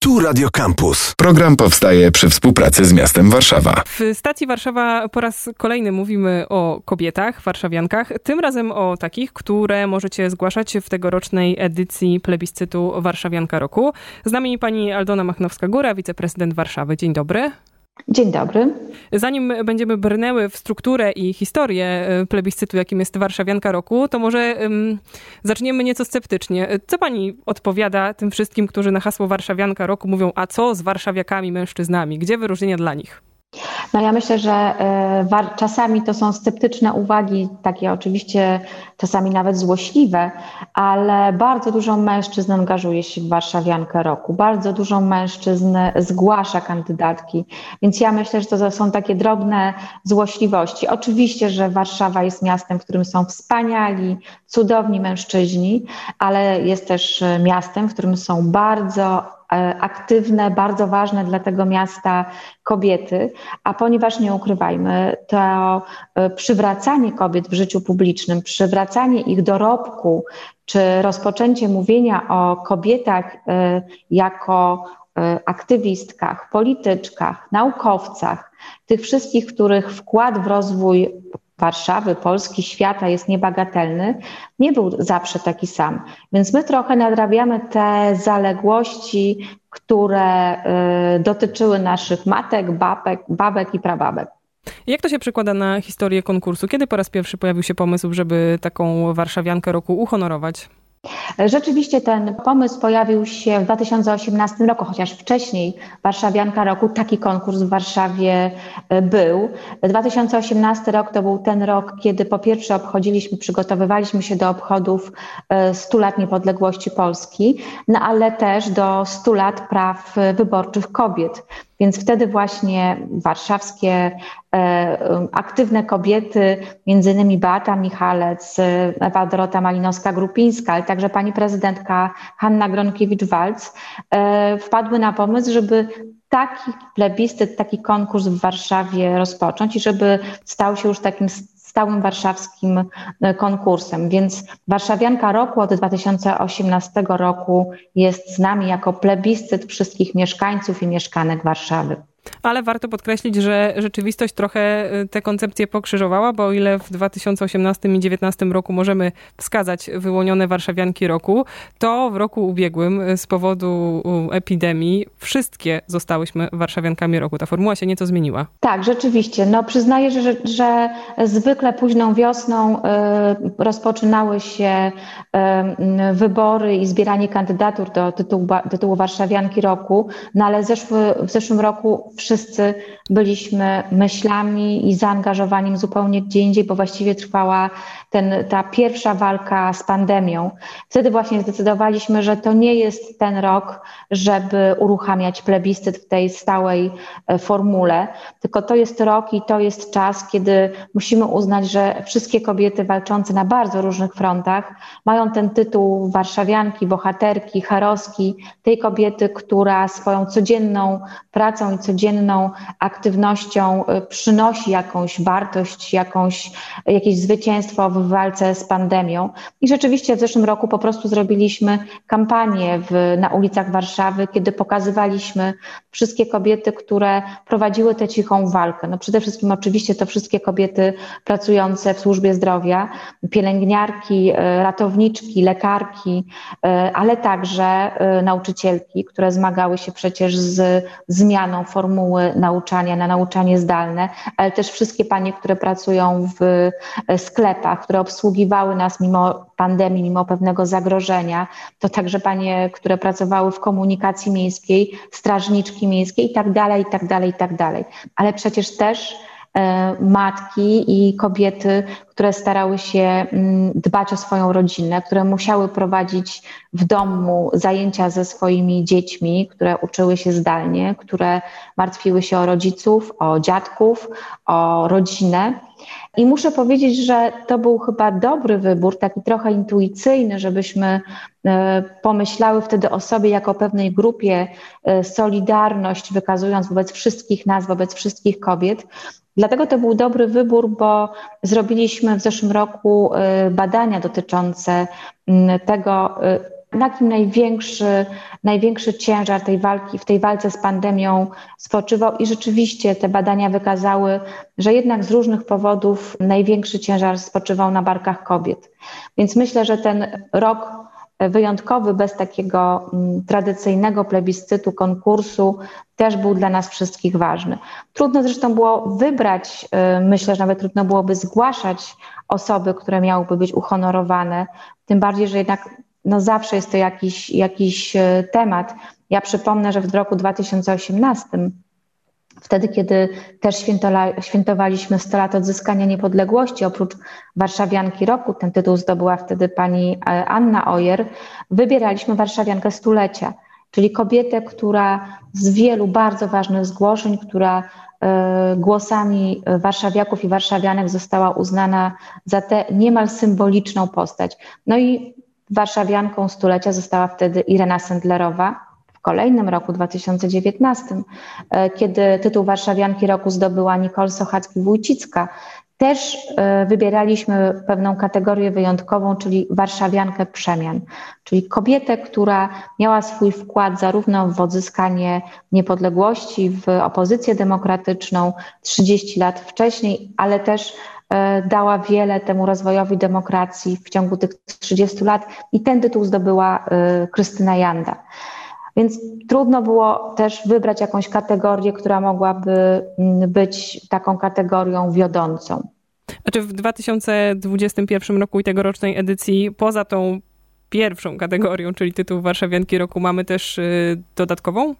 Tu Radio Campus. Program powstaje przy współpracy z miastem Warszawa. W stacji Warszawa po raz kolejny mówimy o kobietach, warszawiankach. Tym razem o takich, które możecie zgłaszać w tegorocznej edycji plebiscytu Warszawianka Roku. Z nami pani Aldona Machnowska-Góra, wiceprezydent Warszawy. Dzień dobry. Dzień dobry. Zanim będziemy brnęły w strukturę i historię plebiscytu, jakim jest Warszawianka Roku, to może zaczniemy nieco sceptycznie. Co pani odpowiada tym wszystkim, którzy na hasło Warszawianka Roku mówią, a co z warszawiakami, mężczyznami? Gdzie wyróżnienia dla nich? No ja myślę, że czasami to są sceptyczne uwagi, takie oczywiście czasami nawet złośliwe, ale bardzo dużo mężczyzn angażuje się w Warszawiankę Roku. Bardzo dużo mężczyzn zgłasza kandydatki, więc ja myślę, że to są takie drobne złośliwości. Oczywiście, że Warszawa jest miastem, w którym są wspaniali, cudowni mężczyźni, ale jest też miastem, w którym są bardzo aktywne, bardzo ważne dla tego miasta kobiety, a ponieważ nie ukrywajmy, to przywracanie kobiet w życiu publicznym, przywracanie ich dorobku, czy rozpoczęcie mówienia o kobietach jako aktywistkach, polityczkach, naukowcach, tych wszystkich, których wkład w rozwój Warszawy, Polski, świata jest niebagatelny, nie był zawsze taki sam. Więc my trochę nadrabiamy te zaległości, które dotyczyły naszych matek, babek i prababek. Jak to się przekłada na historię konkursu? Kiedy po raz pierwszy pojawił się pomysł, żeby taką Warszawiankę Roku uhonorować? Rzeczywiście ten pomysł pojawił się w 2018 roku, chociaż wcześniej Warszawianka Roku, taki konkurs w Warszawie był. 2018 rok to był ten rok, kiedy po pierwsze przygotowywaliśmy się do obchodów 100 lat niepodległości Polski, no ale też do 100 lat praw wyborczych kobiet. Więc wtedy właśnie warszawskie aktywne kobiety, między innymi Beata Michalec, Ewa Dorota Malinowska-Grupińska, ale także pani prezydentka Hanna Gronkiewicz-Waltz wpadły na pomysł, żeby taki plebiscyt, taki konkurs w Warszawie rozpocząć i żeby stał się już takim stałym warszawskim konkursem. Więc Warszawianka Roku od 2018 roku jest z nami jako plebiscyt wszystkich mieszkańców i mieszkanek Warszawy. Ale warto podkreślić, że rzeczywistość trochę te koncepcje pokrzyżowała, bo o ile w 2018 i 2019 roku możemy wskazać wyłonione Warszawianki Roku, to w roku ubiegłym z powodu epidemii wszystkie zostałyśmy Warszawiankami Roku. Ta formuła się nieco zmieniła. Tak, rzeczywiście. No, przyznaję, że zwykle późną wiosną rozpoczynały się wybory i zbieranie kandydatur do tytułu Warszawianki Roku, no ale w zeszłym roku wszyscy byliśmy myślami i zaangażowaniem zupełnie gdzie indziej, bo właściwie trwała ta pierwsza walka z pandemią. Wtedy właśnie zdecydowaliśmy, że to nie jest ten rok, żeby uruchamiać plebiscyt w tej stałej formule, tylko to jest rok i to jest czas, kiedy musimy uznać, że wszystkie kobiety walczące na bardzo różnych frontach mają ten tytuł warszawianki, bohaterki, herowski, tej kobiety, która swoją codzienną pracą i codzienną aktywnością przynosi jakąś wartość, jakieś zwycięstwo w walce z pandemią. I rzeczywiście w zeszłym roku po prostu zrobiliśmy kampanię na ulicach Warszawy, kiedy pokazywaliśmy wszystkie kobiety, które prowadziły tę cichą walkę. No przede wszystkim oczywiście to wszystkie kobiety pracujące w służbie zdrowia, pielęgniarki, ratowniczki, lekarki, ale także nauczycielki, które zmagały się przecież z zmianą formuły nauczania na nauczanie zdalne, ale też wszystkie panie, które pracują w sklepach, które obsługiwały nas mimo pandemii, mimo pewnego zagrożenia. To także panie, które pracowały w komunikacji miejskiej, strażniczki miejskie i tak dalej, i tak dalej, i tak dalej. Ale przecież też matki i kobiety, które starały się dbać o swoją rodzinę, które musiały prowadzić w domu zajęcia ze swoimi dziećmi, które uczyły się zdalnie, które martwiły się o rodziców, o dziadków, o rodzinę. I muszę powiedzieć, że to był chyba dobry wybór, taki trochę intuicyjny, żebyśmy pomyślały wtedy o sobie jako pewnej grupie, solidarność wykazując wobec wszystkich nas, wobec wszystkich kobiet. Dlatego to był dobry wybór, bo zrobiliśmy w zeszłym roku badania dotyczące tego, na kim największy ciężar w tej walce z pandemią spoczywał i rzeczywiście te badania wykazały, że jednak z różnych powodów największy ciężar spoczywał na barkach kobiet. Więc myślę, że ten rok wyjątkowy, bez takiego tradycyjnego plebiscytu, konkursu, też był dla nas wszystkich ważny. Trudno zresztą było wybrać, myślę, że nawet trudno byłoby zgłaszać osoby, które miałyby być uhonorowane, tym bardziej, że jednak zawsze jest to jakiś temat. Ja przypomnę, że w roku 2018, wtedy, kiedy też świętowaliśmy 100 lat odzyskania niepodległości, oprócz Warszawianki Roku, ten tytuł zdobyła wtedy pani Anna Ojer, wybieraliśmy Warszawiankę Stulecia, czyli kobietę, która z wielu bardzo ważnych zgłoszeń, która głosami warszawiaków i warszawianek została uznana za tę niemal symboliczną postać. No i Warszawianką Stulecia została wtedy Irena Sendlerowa. W kolejnym roku, 2019, kiedy tytuł Warszawianki Roku zdobyła Nicole Sochacki-Wójcicka, też wybieraliśmy pewną kategorię wyjątkową, czyli Warszawiankę Przemian, czyli kobietę, która miała swój wkład zarówno w odzyskanie niepodległości, w opozycję demokratyczną 30 lat wcześniej, ale też dała wiele temu rozwojowi demokracji w ciągu tych 30 lat i ten tytuł zdobyła Krystyna Janda. Więc trudno było też wybrać jakąś kategorię, która mogłaby być taką kategorią wiodącą. Znaczy w 2021 roku i tegorocznej edycji, poza tą pierwszą kategorią, czyli tytuł Warszawianki Roku, mamy też dodatkową?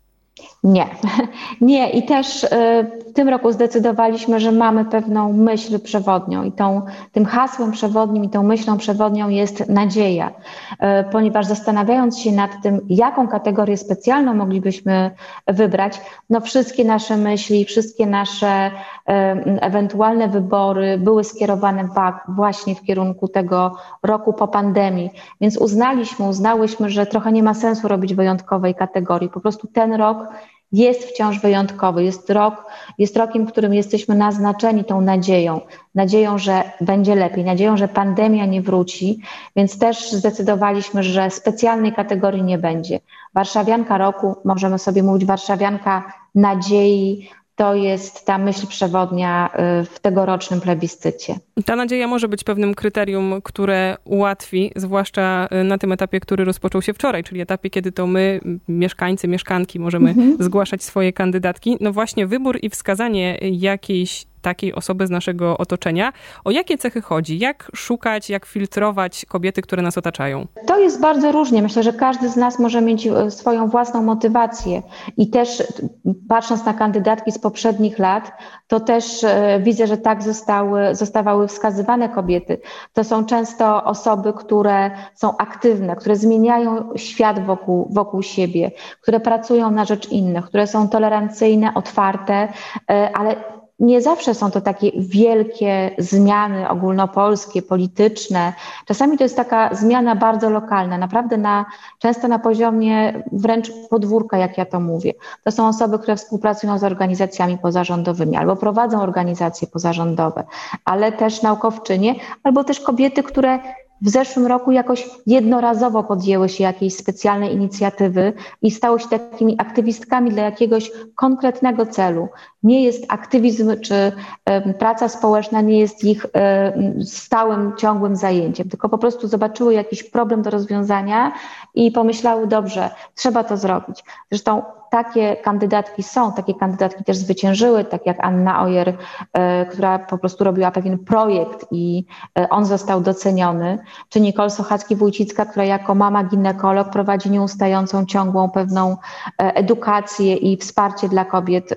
Nie. I też w tym roku zdecydowaliśmy, że mamy pewną myśl przewodnią i tym hasłem przewodnim i tą myślą przewodnią jest nadzieja, ponieważ zastanawiając się nad tym, jaką kategorię specjalną moglibyśmy wybrać, wszystkie nasze myśli, wszystkie nasze ewentualne wybory były skierowane właśnie w kierunku tego roku po pandemii, więc uznałyśmy, że trochę nie ma sensu robić wyjątkowej kategorii, po prostu ten rok jest wciąż wyjątkowy, jest rokiem, w którym jesteśmy naznaczeni tą nadzieją, że będzie lepiej, nadzieją, że pandemia nie wróci, więc też zdecydowaliśmy, że specjalnej kategorii nie będzie. Warszawianka Roku, możemy sobie mówić Warszawianka Nadziei, to jest ta myśl przewodnia w tegorocznym plebiscycie. Ta nadzieja może być pewnym kryterium, które ułatwi, zwłaszcza na tym etapie, który rozpoczął się wczoraj, czyli etapie, kiedy to my, mieszkańcy, mieszkanki, możemy zgłaszać swoje kandydatki. No właśnie wybór i wskazanie jakiejś takiej osoby z naszego otoczenia. O jakie cechy chodzi? Jak szukać, jak filtrować kobiety, które nas otaczają? To jest bardzo różnie. Myślę, że każdy z nas może mieć swoją własną motywację i też patrząc na kandydatki z poprzednich lat, to też widzę, że tak zostawały wskazywane kobiety. To są często osoby, które są aktywne, które zmieniają świat wokół siebie, które pracują na rzecz innych, które są tolerancyjne, otwarte, ale nie zawsze są to takie wielkie zmiany ogólnopolskie, polityczne. Czasami to jest taka zmiana bardzo lokalna, naprawdę często na poziomie wręcz podwórka, jak ja to mówię. To są osoby, które współpracują z organizacjami pozarządowymi albo prowadzą organizacje pozarządowe, ale też naukowczynie, albo też kobiety, które w zeszłym roku jakoś jednorazowo podjęły się jakiejś specjalnej inicjatywy i stały się takimi aktywistkami dla jakiegoś konkretnego celu. Nie jest aktywizm czy praca społeczna, nie jest ich stałym, ciągłym zajęciem, tylko po prostu zobaczyły jakiś problem do rozwiązania i pomyślały, dobrze, trzeba to zrobić. Zresztą takie kandydatki też zwyciężyły, tak jak Anna Ojer, która po prostu robiła pewien projekt i on został doceniony, czy Nicole Sochacki-Wójcicka, która jako mama ginekolog prowadzi nieustającą, ciągłą pewną edukację i wsparcie dla kobiet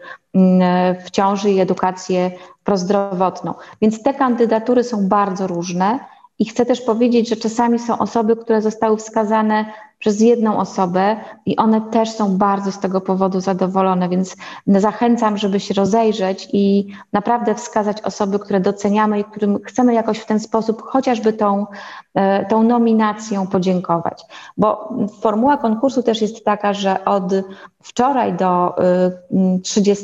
w ciąży i edukację prozdrowotną. Więc te kandydatury są bardzo różne i chcę też powiedzieć, że czasami są osoby, które zostały wskazane przez jedną osobę i one też są bardzo z tego powodu zadowolone, więc zachęcam, żeby się rozejrzeć i naprawdę wskazać osoby, które doceniamy i którym chcemy jakoś w ten sposób chociażby tą nominacją podziękować. Bo formuła konkursu też jest taka, że od wczoraj do 30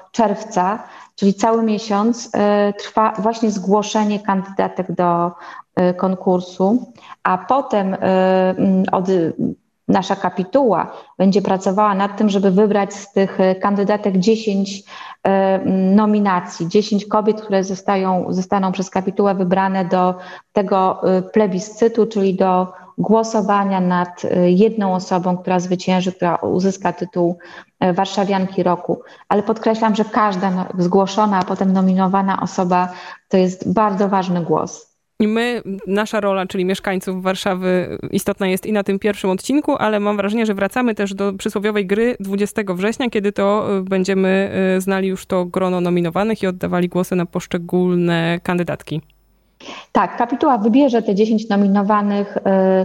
czerwca, czyli cały miesiąc, trwa właśnie zgłoszenie kandydatek konkursu, a potem nasza kapituła będzie pracowała nad tym, żeby wybrać z tych kandydatek 10 nominacji, 10 kobiet, które zostaną przez kapitułę wybrane do tego plebiscytu, czyli do głosowania nad jedną osobą, która zwycięży, która uzyska tytuł Warszawianki Roku. Ale podkreślam, że każda zgłoszona, a potem nominowana osoba to jest bardzo ważny głos. I nasza rola, czyli mieszkańców Warszawy, istotna jest i na tym pierwszym odcinku, ale mam wrażenie, że wracamy też do przysłowiowej gry 20 września, kiedy to będziemy znali już to grono nominowanych i oddawali głosy na poszczególne kandydatki. Tak, kapituła wybierze te 10 nominowanych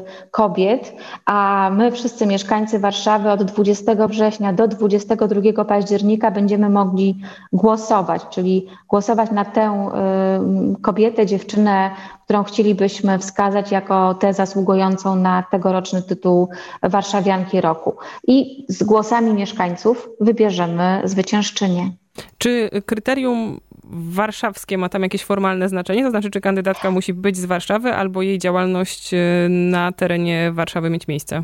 kobiet, a my wszyscy mieszkańcy Warszawy od 20 września do 22 października będziemy mogli głosować, czyli głosować na tę kobietę, dziewczynę, którą chcielibyśmy wskazać jako tę zasługującą na tegoroczny tytuł Warszawianki Roku. I z głosami mieszkańców wybierzemy zwyciężczynię. Czy kryterium warszawskie ma tam jakieś formalne znaczenie? To znaczy, czy kandydatka musi być z Warszawy albo jej działalność na terenie Warszawy mieć miejsce?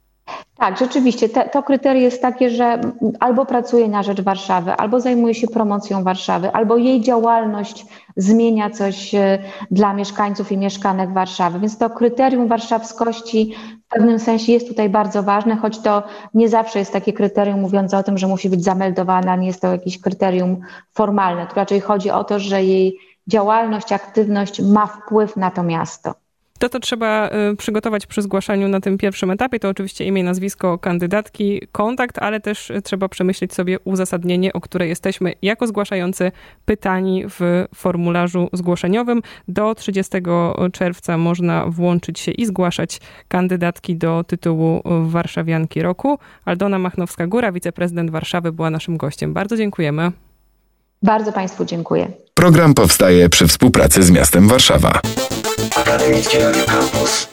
Tak, rzeczywiście. To kryterium jest takie, że albo pracuje na rzecz Warszawy, albo zajmuje się promocją Warszawy, albo jej działalność zmienia coś dla mieszkańców i mieszkanek Warszawy. Więc to kryterium warszawskości w pewnym sensie jest tutaj bardzo ważne, choć to nie zawsze jest takie kryterium mówiące o tym, że musi być zameldowana, nie jest to jakieś kryterium formalne. Tu raczej chodzi o to, że jej działalność, aktywność ma wpływ na to miasto. To, co trzeba przygotować przy zgłaszaniu na tym pierwszym etapie, to oczywiście imię, nazwisko kandydatki, kontakt, ale też trzeba przemyśleć sobie uzasadnienie, o które jesteśmy jako zgłaszający pytani w formularzu zgłoszeniowym. Do 30 czerwca można włączyć się i zgłaszać kandydatki do tytułu Warszawianki Roku. Aldona Machnowska-Góra, wiceprezydent Warszawy, była naszym gościem. Bardzo dziękujemy. Bardzo Państwu dziękuję. Program powstaje przy współpracy z miastem Warszawa. Akademickie Radio Campus.